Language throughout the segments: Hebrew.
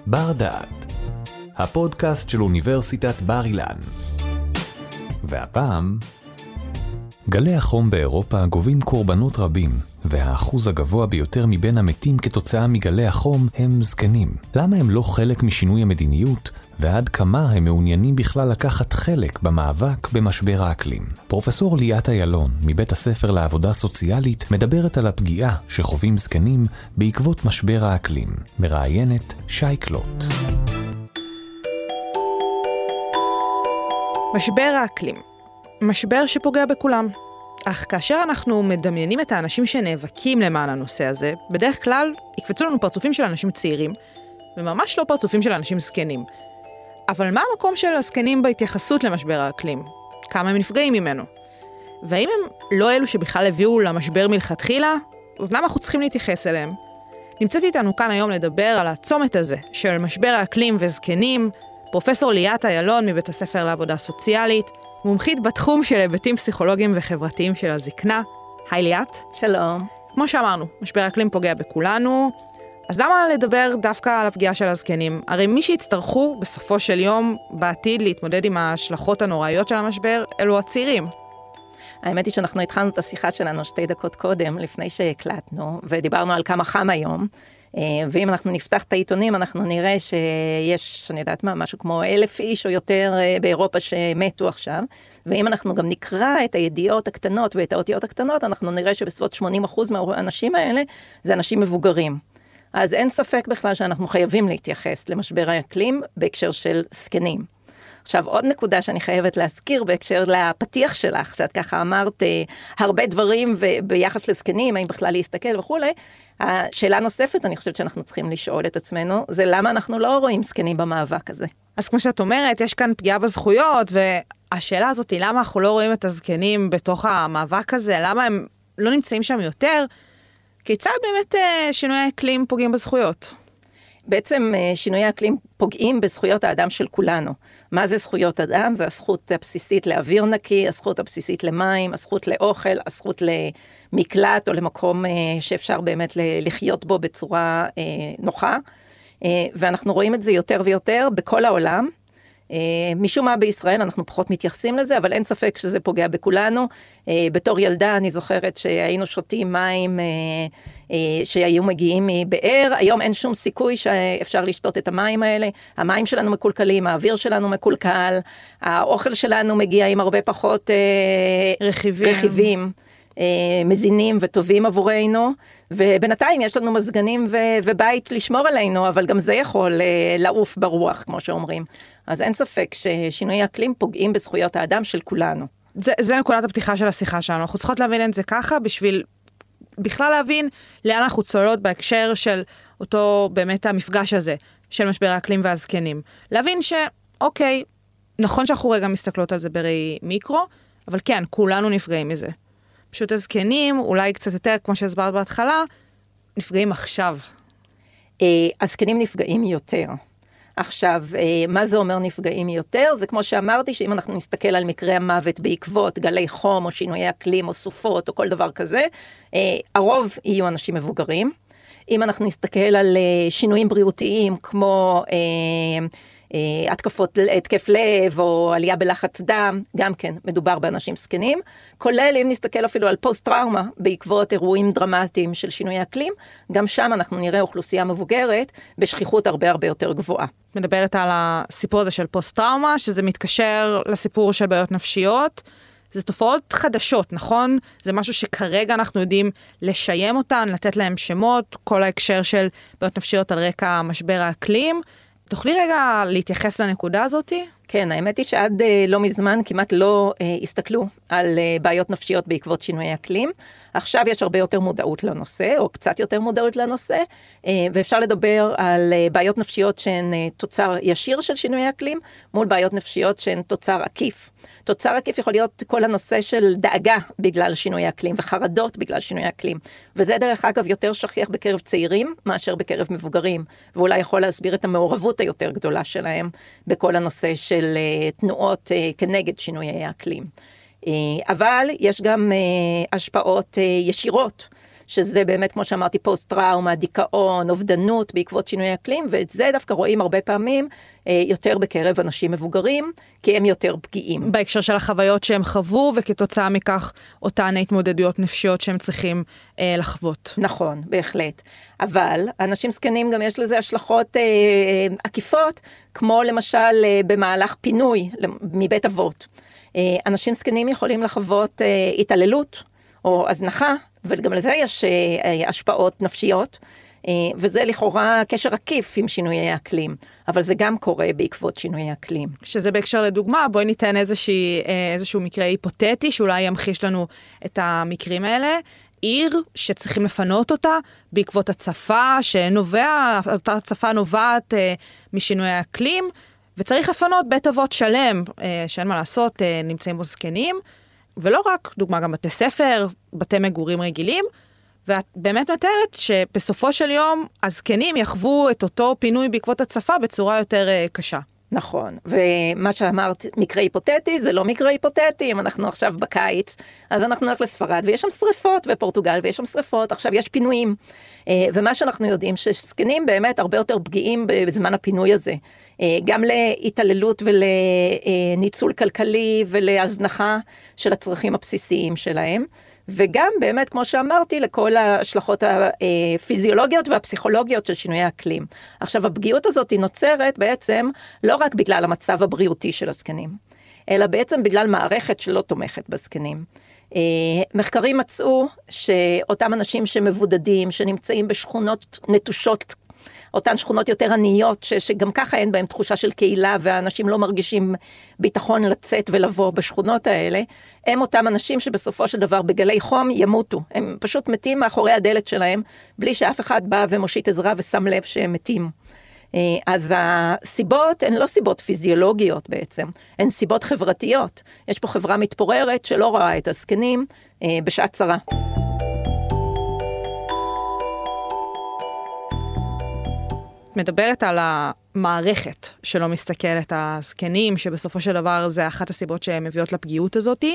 בר דעת, הפודקאסט של אוניברסיטת בר אילן. והפעם, גלי החום באירופה גובים קורבנות רבים, והאחוז הגבוה ביותר מבין המתים כתוצאה מגלי החום הם זקנים. למה הם לא חלק משינוי המדיניות, ועד כמה הם מעוניינים בכלל לקחת חלק במאבק במשבר האקלים? פרופסור ליאת איילון מבית הספר לעבודה סוציאלית מדברת על הפגיעה שחווים זקנים בעקבות משבר האקלים. מראיינת שי קלוט. משבר האקלים, משבר שפוגע בכולם. אך כאשר אנחנו מדמיינים את האנשים שנאבקים למען הנושא הזה, בדרך כלל יקפצו לנו פרצופים של אנשים צעירים, וממש לא פרצופים של אנשים זקנים. אבל מה המקום של הזקנים בהתייחסות למשבר האקלים? כמה הם נפגעים ממנו? והאם הם לא אלו שבכלל הביאו למשבר מלכתחילה? אז למה אנחנו צריכים להתייחס אליהם? נמצאת איתנו כאן היום לדבר על הצומת הזה של משבר האקלים וזקנים, פרופסור ליאת איילון מבית הספר לעבודה סוציאלית, מומחית בתחום של היבטים פסיכולוגיים וחברתיים של הזקנה. היי ליאת. שלום. כמו שאמרנו, משבר האקלים פוגע בכולנו, אז למה לדבר דווקא על הפגיעה של הזקנים? הרי מי שיצטרכו בסופו של יום בעתיד להתמודד עם ההשלכות הנוראיות של המשבר, אלו הצעירים. האמת היא שאנחנו התחלנו את השיחה שלנו 2 דקות קודם, לפני שהקלטנו, ודיברנו על כמה חם היום, ואם אנחנו נפתח את העיתונים, אנחנו נראה שיש, אני יודעת מה, משהו כמו 1,000 איש או יותר באירופה שמתו עכשיו, ואם אנחנו גם נקרא את הידיעות הקטנות ואת האותיות הקטנות, אנחנו נראה שבסביבות 80% מהאנשים האלה זה אנשים מבוגרים. אז אין ספק בכלל שאנחנו חייבים להתייחס למשבר האקלים בהקשר של זקנים. עכשיו, עוד נקודה שאני חייבת להזכיר בהקשר לפתיח שלך, שאת ככה אמרת הרבה דברים ביחס לזקנים, האם בכלל להסתכל וכו'. השאלה נוספת, אני חושבת שאנחנו צריכים לשאול את עצמנו, זה למה אנחנו לא רואים זקנים במאבק הזה. אז כמו שאת אומרת, יש כאן פגיעה בזכויות, והשאלה הזאת היא למה אנחנו לא רואים את הזקנים בתוך המאבק הזה, למה הם לא נמצאים שם יותר, כיצד באמת שינוי האקלים פוגעים בזכויות? בעצם שינוי האקלים פוגעים בזכויות האדם של כולנו. מה זה זכויות אדם? זה הזכות הבסיסית לאוויר נקי, הזכות הבסיסית למים, הזכות לאוכל, הזכות למקלט או למקום שאפשר באמת לחיות בו בצורה נוחה. ואנחנו רואים את זה יותר ויותר בכל העולם. משום מה בישראל אנחנו פחות מתייחסים לזה, אבל אין ספק שזה פוגע בכולנו. בתור ילדה אני זוכרת שהיינו שותים מים שהיו מגיעים מבאר, היום אין שום סיכוי שאפשר לשתות את המים האלה, המים שלנו מקולקלים, האוויר שלנו מקולקל, האוכל שלנו מגיע עם הרבה פחות רכיבים. מזינים וטובים עבורנו, ובינתיים יש לנו מזגנים ובית לשמור עלינו, אבל גם זה יכול לעוף ברוח, כמו שאומרים. אז אין ספק ששינוי האקלים פוגעים בזכויות האדם של כולנו. זה נקודת הפתיחה של השיחה שלנו. אנחנו צריכות להבין את זה ככה, בשביל בכלל להבין לאן אנחנו צוללות בהקשר של אותו באמת המפגש הזה, של משבר האקלים והזקנים. להבין שאוקיי, נכון שאנחנו רגע מסתכלות על זה בראי מיקרו, אבל כן, כולנו נפגעים מזה. פשוט הזקנים, אולי קצת יותר, כמו שהסברת בהתחלה, נפגעים עכשיו. הזקנים נפגעים יותר. עכשיו, מה זה אומר נפגעים יותר? זה כמו שאמרתי, שאם אנחנו נסתכל על מקרי המוות בעקבות גלי חום, או שינויי אקלים, או סופות, או כל דבר כזה, הרוב יהיו אנשים מבוגרים. אם אנחנו נסתכל על שינויים בריאותיים, כמו התקף לב או עלייה בלחץ דם, גם כן מדובר באנשים זקנים, כולל אם נסתכל אפילו על פוסט-טראומה בעקבות אירועים דרמטיים של שינוי אקלים, גם שם אנחנו נראה אוכלוסייה מבוגרת בשכיחות הרבה הרבה יותר גבוהה. מדברת על הסיפור הזה של פוסט-טראומה, שזה מתקשר לסיפור של בעיות נפשיות, זה תופעות חדשות, נכון? זה משהו שכרגע אנחנו יודעים לשיים אותן, לתת להם שמות, כל ההקשר של בעיות נפשיות על רקע משבר האקלים. תוכלי רגע להתייחס לנקודה הזאת? כן, האמת היא שעד לא מזמן כמעט לא הסתכלו על בעיות נפשיות בעקבות שינוי אקלים. עכשיו יש הרבה יותר מודעות לנושא, או קצת יותר מודעות לנושא, ואפשר לדבר על בעיות נפשיות שהן תוצר ישיר של שינוי אקלים, מול בעיות נפשיות שהן תוצר עקיף. תוצר עקיף יכול להיות כל הנושא של דאגה בגלל שינוי אקלים, וחרדות בגלל שינוי אקלים. וזה דרך אגב יותר שכיח בקרב צעירים, מאשר בקרב מבוגרים, ואולי יכול להסביר את המעורבות היותר גדולה שלהם, בכל הנושא של תנועות כנגד שינויי האקלים. אבל יש גם השפעות ישירות שזה באמת, כמו שאמרתי, פוסט-טראומה, דיכאון, אובדנות בעקבות שינוי אקלים, ואת זה דווקא רואים הרבה פעמים יותר בקרב אנשים מבוגרים, כי הם יותר פגיעים. בהקשר של החוויות שהם חוו, וכתוצאה מכך אותן התמודדויות נפשיות שהם צריכים לחוות. נכון, בהחלט. אבל אנשים זקנים גם יש לזה השלכות עקיפות, כמו למשל במהלך פינוי מבית אבות. אנשים זקנים יכולים לחוות התעללות או הזנחה, וגם לזה יש השפעות נפשיות, וזה לכאורה קשר עקיף עם שינויי האקלים, אבל זה גם קורה בעקבות שינויי האקלים. שזה בהקשר לדוגמה, בואי ניתן איזשהו מקרה היפותטי, שאולי ימחיש לנו את המקרים האלה. עיר שצריכים לפנות אותה בעקבות הצפה, אותה הצפה נובעת משינוי האקלים, וצריך לפנות בית אבות שלם, שאין מה לעשות, נמצאים בו זקנים, ולא רק, דוגמה גם בתי ספר, בתי מגורים רגילים, ואת באמת מתארת שבסופו של יום הזקנים יחוו את אותו פינוי בעקבות הצפה בצורה יותר קשה. נכון, ומה שאמרת, מקרה היפותטי, זה לא מקרה היפותטי, אם אנחנו עכשיו בקיץ, אז אנחנו נלך לספרד, ויש שם שריפות, בפורטוגל, ויש שם שריפות, עכשיו יש פינויים, ומה שאנחנו יודעים, שזקנים באמת הרבה יותר פגיעים בזמן הפינוי הזה, גם להתעללות ולניצול כלכלי, ולהזנחה של הצרכים הבסיסיים שלהם, וגם באמת, כמו שאמרתי, לכל ההשלכות הפיזיולוגיות והפסיכולוגיות של שינויי האקלים. עכשיו, הפגיעות הזאת היא נוצרת בעצם לא רק בגלל המצב הבריאותי של הזקנים, אלא בעצם בגלל מערכת שלא תומכת בזקנים. מחקרים מצאו שאותם אנשים שמבודדים, שנמצאים בשכונות נטושות, אותן שכונות יותר עניות, שגם ככה אין בהם תחושה של קהילה, והאנשים לא מרגישים ביטחון לצאת ולבוא בשכונות האלה, הם אותם אנשים שבסופו של דבר בגלי חום ימותו. הם פשוט מתים מאחורי הדלת שלהם, בלי שאף אחד בא ומושיט עזרה ושם לב שהם מתים. אז הסיבות הן לא סיבות פיזיולוגיות בעצם, הן סיבות חברתיות. יש פה חברה מתפוררת שלא רואה את הזקנים בשעת צרה. מדברת על המערכת שלא מסתכלת, הזקנים, שבסופו של דבר זה אחת הסיבות שהן מביאות לפגיעות הזאת.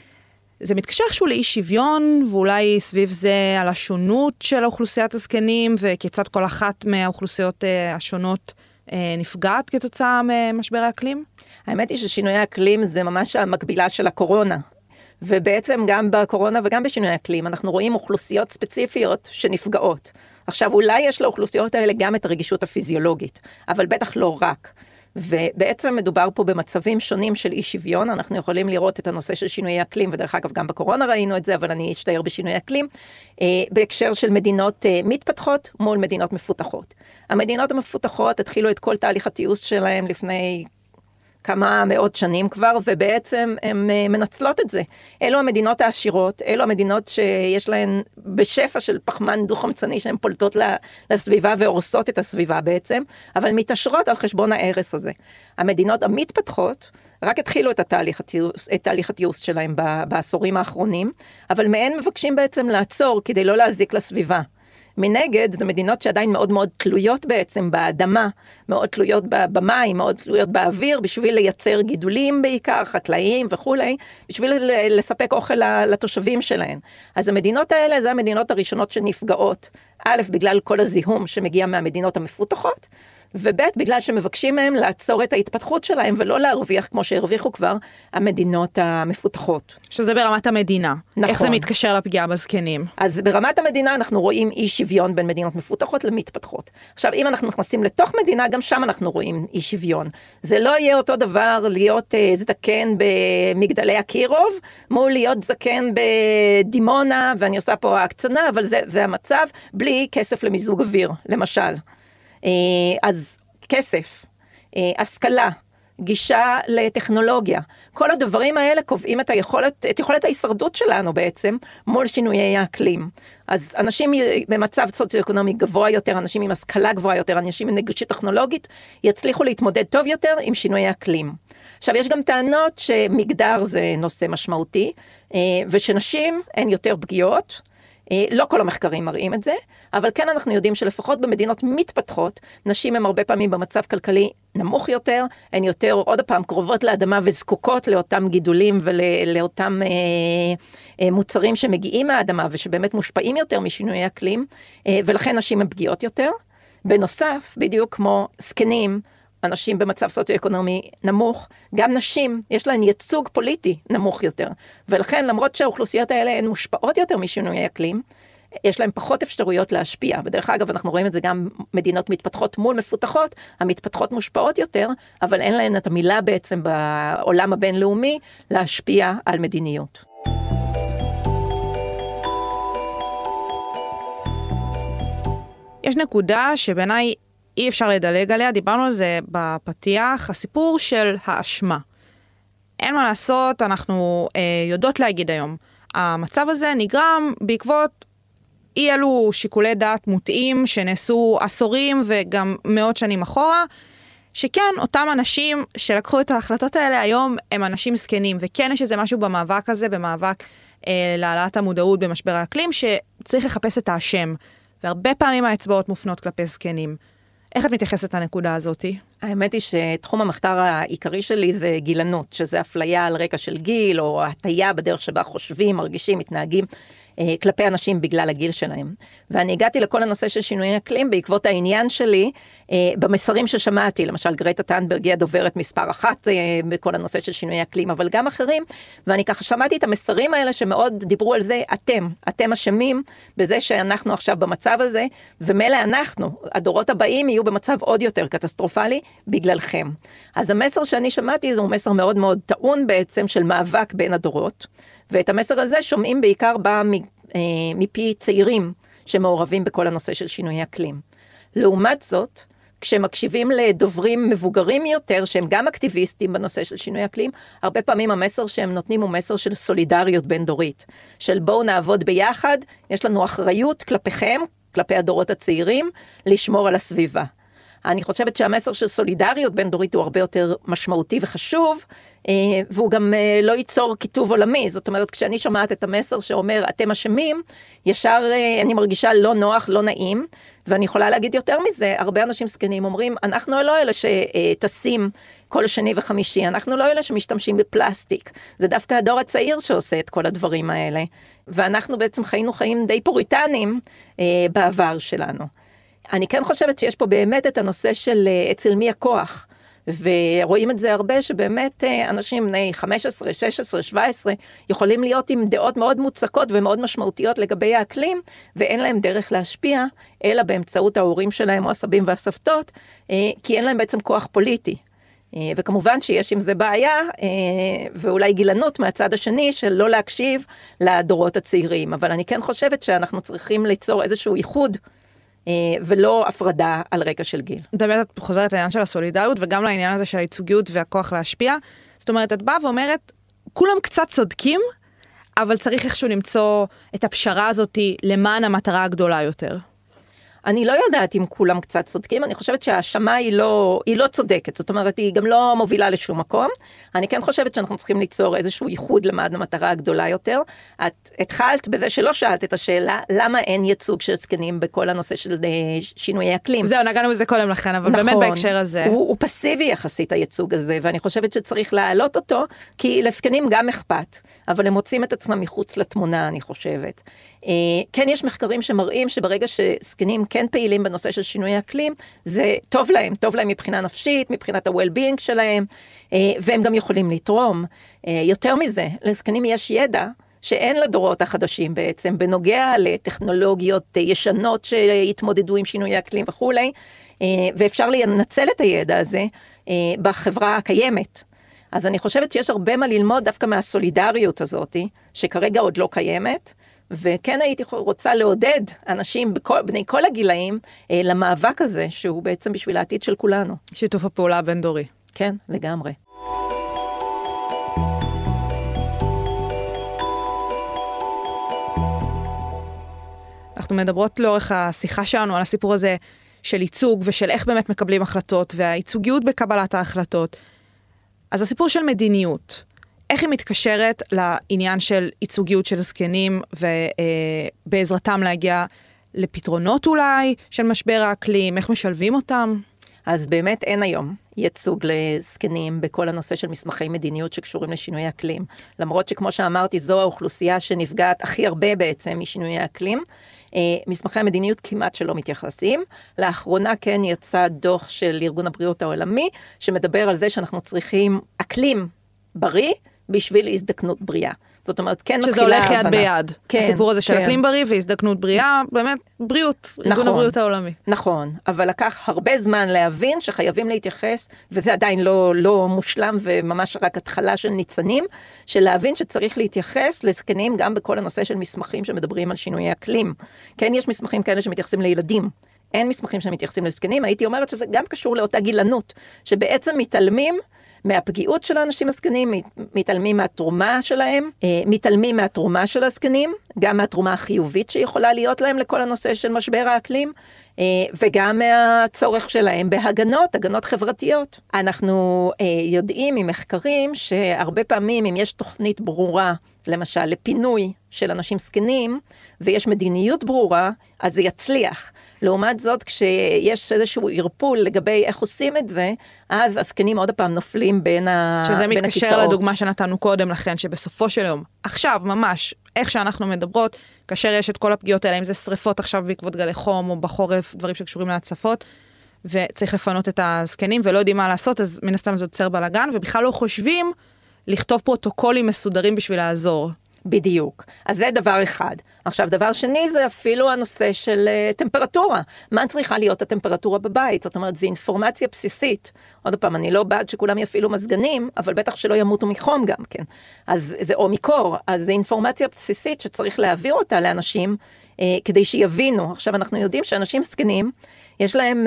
זה מתקשר איכשהו לאי שוויון, ואולי סביב זה על השונות של האוכלוסיית הזקנים, וכיצד כל אחת מהאוכלוסיות השונות נפגעת כתוצאה ממשבר האקלים? האמת היא ששינוי האקלים זה ממש המקבילה של הקורונה. ובעצם גם בקורונה וגם בשינוי האקלים, אנחנו רואים אוכלוסיות ספציפיות שנפגעות. עכשיו, אולי יש לאוכלוסיות האלה גם את הרגישות הפיזיולוגית, אבל בטח לא רק. ובעצם מדובר פה במצבים שונים של אי שוויון, אנחנו יכולים לראות את הנושא של שינוי אקלים, ודרך אגב גם בקורונה ראינו את זה, אבל אני אשתאר בשינוי אקלים, בהקשר של מדינות מתפתחות מול מדינות מפותחות. המדינות המפותחות התחילו את כל תהליך התיעוש שלהם לפני כמה מאות שנים כבר, ובעצם הן מנצלות את זה. אלו המדינות העשירות, אלו המדינות שיש להן בשפע של פחמן דו-חמצני, שהן פולטות לסביבה והורסות את הסביבה בעצם, אבל מתעשרות על חשבון הערס הזה. המדינות המתפתחות רק התחילו את תהליך התיעוש שלהם בעשורים האחרונים, אבל מהן מבקשים בעצם לעצור כדי לא להזיק לסביבה. מנגד, זה מדינות שעדיין מאוד מאוד תלויות בעצם באדמה, מאוד תלויות במים, מאוד תלויות באוויר, בשביל לייצר גידולים בעיקר, חקלאיים וכולי, בשביל לספק אוכל לתושבים שלהן. אז המדינות האלה, זה המדינות הראשונות שנפגעות, א', בגלל כל הזיהום שמגיע מהמדינות המפותחות, וב' בגלל שמבקשים מהם לעצור את ההתפתחות שלהם, ולא להרוויח כמו שהרוויחו כבר המדינות המפותחות. שזה ברמת המדינה. נכון. איך זה מתקשר לפגיעה בזקנים? אז ברמת המדינה אנחנו רואים אי שוויון בין מדינות מפותחות למתפתחות. עכשיו, אם אנחנו נכנסים לתוך מדינה, גם שם אנחנו רואים אי שוויון. זה לא יהיה אותו דבר להיות זקן במגדלי הקירוב, מול להיות זקן בדימונה, ואני עושה פה הקצנה, אבל זה המצב, בלי כסף למיזוג אוויר, למשל. אז כסף, השכלה, גישה לטכנולוגיה, כל הדברים האלה קובעים את יכולת ההישרדות שלנו בעצם מול שינויי האקלים. אז אנשים במצב סוציו-אקונומי גבוה יותר, אנשים עם השכלה גבוהה יותר, אנשים עם נגישות טכנולוגית, יצליחו להתמודד טוב יותר עם שינויי האקלים. עכשיו, יש גם טענות שמגדר זה נושא משמעותי, ושנשים הן יותר פגיעות, לא כל המחקרים מראים את זה, אבל כן אנחנו יודעים שלפחות במדינות מתפתחות, נשים הן הרבה פעמים במצב כלכלי נמוך יותר, הן יותר עוד פעם קרובות לאדמה וזקוקות לאותם גידולים ולאותם מוצרים שמגיעים מהאדמה ושבאמת מושפעים יותר משינוי אקלים, ולכן נשים הן פגיעות יותר. בנוסף, בדיוק כמו זקנים, אנשים במצב סוציו-אקונומי נמוך, גם נשים, יש להן ייצוג פוליטי נמוך יותר. ולכן, למרות שהאוכלוסיות האלה הן מושפעות יותר משינוי אקלים, יש להן פחות אפשרויות להשפיע. בדרך אגב, אנחנו רואים את זה גם מדינות מתפתחות מול מפותחות, המתפתחות מושפעות יותר, אבל אין להן את המילה בעצם בעולם הבינלאומי להשפיע על מדיניות. יש נקודה שבעיניי אי אפשר לדלג עליה, דיברנו על זה בפתיח, הסיפור של האשמה. אין מה לעשות, אנחנו יודעות להגיד היום. המצב הזה נגרם בעקבות אי אלו שיקולי דעת מוטעים שנעשו עשורים וגם מאות שנים אחורה, שכן, אותם אנשים שלקחו את ההחלטות האלה היום הם אנשים זקנים, וכן יש איזה משהו במאבק הזה, במאבק להעלאת המודעות במשבר האקלים, שצריך לחפש את האשם, והרבה פעמים האצבעות מופנות כלפי זקנים. איך את מתייחסת לנקודה הזאת? האמת היא שתחום המחקר העיקרי שלי זה גילנות, שזה אפליה על רקע של גיל, או הטיה בדרך שבה חושבים, מרגישים, מתנהגים כלפי אנשים בגלל הגיל שלהם. ואני הגעתי לכל הנושא של שינוי אקלים בעקבות העניין שלי, במסרים ששמעתי, למשל גרטה טאנברג היא הדוברת מספר 1 בכל הנושא של שינוי אקלים, אבל גם אחרים, ואני ככה שמעתי את המסרים האלה שמאוד דיברו על זה, אתם אשמים בזה שאנחנו עכשיו במצב הזה, ומילא אנחנו, הדורות הבאים יהיו במצב עוד יותר קטסטרופלי, בגללכם. אז המסר שאני שמעתי זה מסר מאוד מאוד טעון בעצם של מאבק בין הדורות, ואת המסר הזה שומעים בעיקר מפי צעירים שמעורבים בכל הנושא של שינוי אקלים. לעומת זאת, כשמקשיבים לדוברים מבוגרים יותר, שהם גם אקטיביסטים בנושא של שינוי אקלים, הרבה פעמים המסר שהם נותנים הוא מסר של סולידריות בין דורית, של בואו נעבוד ביחד, יש לנו אחריות כלפיכם, כלפי הדורות הצעירים, לשמור על הסביבה. אני חושבת שהמסר של סולידריות בין דורית הוא הרבה יותר משמעותי וחשוב, והוא גם לא ייצור כיתוב עולמי. זאת אומרת, כשאני שומעת את המסר שאומר, אתם אשמים, ישר אני מרגישה לא נוח, לא נעים, ואני יכולה להגיד יותר מזה, הרבה אנשים זקנים אומרים, אנחנו לא אלה שטסים כל שני וחמישי, אנחנו לא אלה שמשתמשים בפלסטיק, זה דווקא הדור הצעיר שעושה את כל הדברים האלה, ואנחנו בעצם חיינו חיים די פוריטנים בעבר שלנו. אני כן חושבת שיש פה באמת את הנושא של אצל מי הכוח, ורואים את זה הרבה שבאמת אנשים בני 15, 16, 17 יכולים להיות עם דעות מאוד מוצקות ומאוד משמעותיות לגבי האקלים, ואין להם דרך להשפיע, אלא באמצעות ההורים שלהם או הסבים והסבתות, כי אין להם בעצם כוח פוליטי. וכמובן שיש עם זה בעיה, ואולי גילנות מהצד השני של לא להקשיב לדורות הצעירים, אבל אני כן חושבת שאנחנו צריכים ליצור איזשהו ייחוד, ולא הפרדה על רקע של גיל. באמת את חוזרת לעניין של הסולידריות, וגם לעניין הזה של הייצוגיות והכוח להשפיע. זאת אומרת, את באה ואומרת, כולם קצת צודקים, אבל צריך איכשהו למצוא את הפשרה הזאת למען המטרה הגדולה יותר. אני לא יודעת אם כולם קצת צודקים, אני חושבת שההאשמה היא לא צודקת, זאת אומרת, היא גם לא מובילה לשום מקום. אני כן חושבת שאנחנו צריכים ליצור איזשהו ייחוד למען המטרה הגדולה יותר. את התחלת בזה שלא שאלת את השאלה, למה אין ייצוג של זקנים בכל הנושא של שינויי אקלים? זהו, נגענו בזה קודם לכן, אבל נכון, באמת בהקשר הזה. הוא פסיבי יחסית הייצוג הזה, ואני חושבת שצריך להעלות אותו, כי לזקנים גם אכפת, אבל הם מוצאים את עצמם מחוץ לתמונה, אני חושבת. כן, יש מחקרים שמראים שברגע שזקנים כן פעילים בנושא של שינוי אקלים, זה טוב להם מבחינה נפשית, מבחינת ה-well-being שלהם, והם גם יכולים לתרום. יותר מזה, לזקנים יש ידע שאין לדורות החדשים בעצם, בנוגע לטכנולוגיות ישנות שהתמודדו עם שינוי אקלים וכו', ואפשר לנצל את הידע הזה בחברה הקיימת. אז אני חושבת שיש הרבה מה ללמוד דווקא מהסולידריות הזאת, שכרגע עוד לא קיימת, וכן הייתי רוצה לעודד אנשים בני כל הגילאים למאבק הזה, שהוא בעצם בשביל העתיד של כולנו. שיתוף הפעולה הבין-דורי. כן, לגמרי. אנחנו מדברות לאורך השיחה שלנו על הסיפור הזה של ייצוג ושל איך באמת מקבלים החלטות, והייצוגיות בקבלת ההחלטות. אז הסיפור של מדיניות. איך היא מתקשרת לעניין של ייצוגיות של זקנים, ובעזרתם להגיע לפתרונות אולי של משבר האקלים, איך משלבים אותם? אז באמת אין היום ייצוג לזקנים בכל הנושא של מסמכי מדיניות שקשורים לשינוי אקלים. למרות שכמו שאמרתי, זו האוכלוסייה שנפגעת הכי הרבה בעצם משינוי האקלים. מסמכי המדיניות כמעט שלא מתייחסים. לאחרונה כן יצא דוח של ארגון הבריאות העולמי, שמדבר על זה שאנחנו צריכים אקלים בריא בשביל הזדקנות בריאה. זאת אומרת, כן מתחילה שזה ההבנה. הולך יד ביד. כן, הסיפור הזה של אקלים בריא והזדקנות בריאה, באמת בריאות, ארגון הבריאות העולמי. נכון, אבל לקח הרבה זמן להבין שחייבים להתייחס, וזה עדיין לא מושלם וממש רק התחלה של ניצנים, של להבין שצריך להתייחס לזקנים גם בכל הנושא של מסמכים שמדברים על שינוי אקלים. כן, יש מסמכים כאלה שמתייחסים לילדים. אין מסמכים שמתייחסים לזקנים, הייתי אומרת שזה גם קשור לאותה גילנות, שבעצם מתעלמים מהפגיעות של האנשים הזקנים, מתעלמים מהתרומה שלהם, מתעלמים מהתרומה של הזקנים, גם מהתרומה החיובית שיכולה להיות להם לכל הנושא של משבר האקלים, וגם מהצורך שלהם הגנות חברתיות. אנחנו יודעים ממחקרים שהרבה פעמים אם יש תוכנית ברורה, למשל לפינוי של אנשים זקנים, ויש מדיניות ברורה, אז זה יצליח. לעומת זאת, כשיש איזשהו ערפול לגבי איך עושים את זה, אז הזקנים עוד הפעם נופלים בין הכיסאות. שזה מתקשר לדוגמה שנתנו קודם לכן, שבסופו של יום, עכשיו ממש, איך שאנחנו מדברות, כאשר יש את כל הפגיעות האלה, אם זה שריפות עכשיו בעקבות גלי חום, או בחורף, דברים שקשורים להצפות, וצריך לפנות את הזקנים, ולא יודעים מה לעשות, אז מן הסתם זה יוצר בלגן, ובכלל לא חושבים לכתוב פרוטוקולים מסודרים בשביל לעזור. בדיוק. אז זה דבר אחד. עכשיו, דבר שני זה אפילו הנושא של טמפרטורה. מה צריכה להיות הטמפרטורה בבית? זאת אומרת, זו אינפורמציה בסיסית. עוד פעם, אני לא בעד שכולם יפעילו מזגנים, אבל בטח שלא ימותו מחום גם כן. אז זה או מקור. אז זו אינפורמציה בסיסית שצריך להעביר אותה לאנשים כדי שיבינו. עכשיו, אנחנו יודעים שאנשים זקנים, יש להם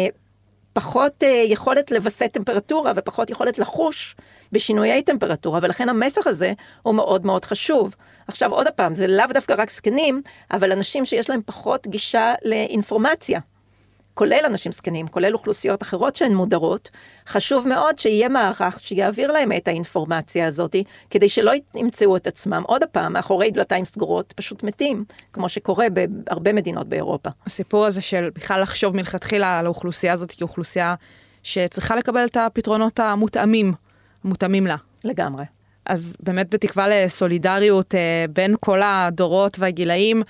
פחות יכולת לבסט טמפרטורה ופחות יכולת לחוש בשינויי טמפרטורה, ולכן המסך הזה הוא מאוד מאוד חשוב. עכשיו עוד הפעם, זה לאו דווקא רק זקנים, אבל אנשים שיש להם פחות גישה לאינפורמציה, כולל אנשים זקנים, כולל אוכלוסיות אחרות שהן מודרות, חשוב מאוד שיהיה מערך שיעביר להם את האינפורמציה הזאת, כדי שלא ימצאו את עצמם עוד הפעם, מאחורי דלתיים סגורות, פשוט מתים, כמו שקורה בהרבה מדינות באירופה. הסיפור הזה של בכלל לחשוב מלכתחילה על האוכלוסייה הזאת, כאוכלוסייה שצריכה לקבל את הפתרונות המותאמים לה. לגמרי. אז באמת בתקווה לסולידריות בין כל הדורות והגילאים,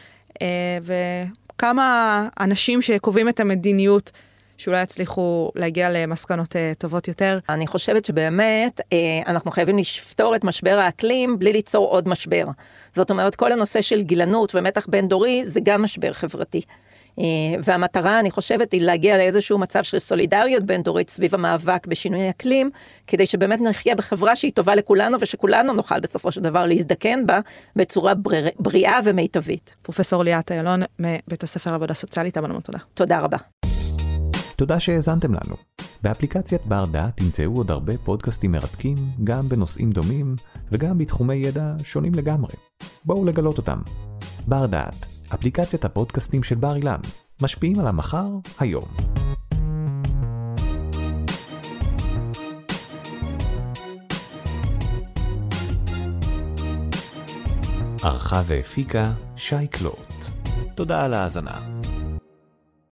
כמה אנשים שקובעים את המדיניות שאולי יצליחו להגיע למסקנות טובות יותר. אני חושבת שבאמת אנחנו חייבים לפתור את משבר האקלים בלי ליצור עוד משבר. זאת אומרת, כל הנושא של גילנות ומתח בין דורי זה גם משבר חברתי. והמטרה, אני חושבת, היא להגיע לאיזשהו מצב של סולידריות בין דורית סביב המאבק בשינוי אקלים, כדי שבאמת נחיה בחברה שהיא טובה לכולנו, ושכולנו נוכל בסופו של דבר להזדקן בה בצורה בריאה ומיטבית. פרופסור ליאת איילון מבית הספר לעבודה סוציאלית, המון תודה. תודה רבה. תודה שהאזנתם לנו. באפליקציית בר דעת תמצאו עוד הרבה פודקאסטים מרתקים, גם בנושאים דומים, וגם בתחומי ידע שונים לגמרי. בואו לגלות אותם. בר דעת. אפליקציית הפודקאסטים של בר אילן, משפיעים על המחר, היום. ערכה והפיקה שי קלוט. תודה על ההאזנה.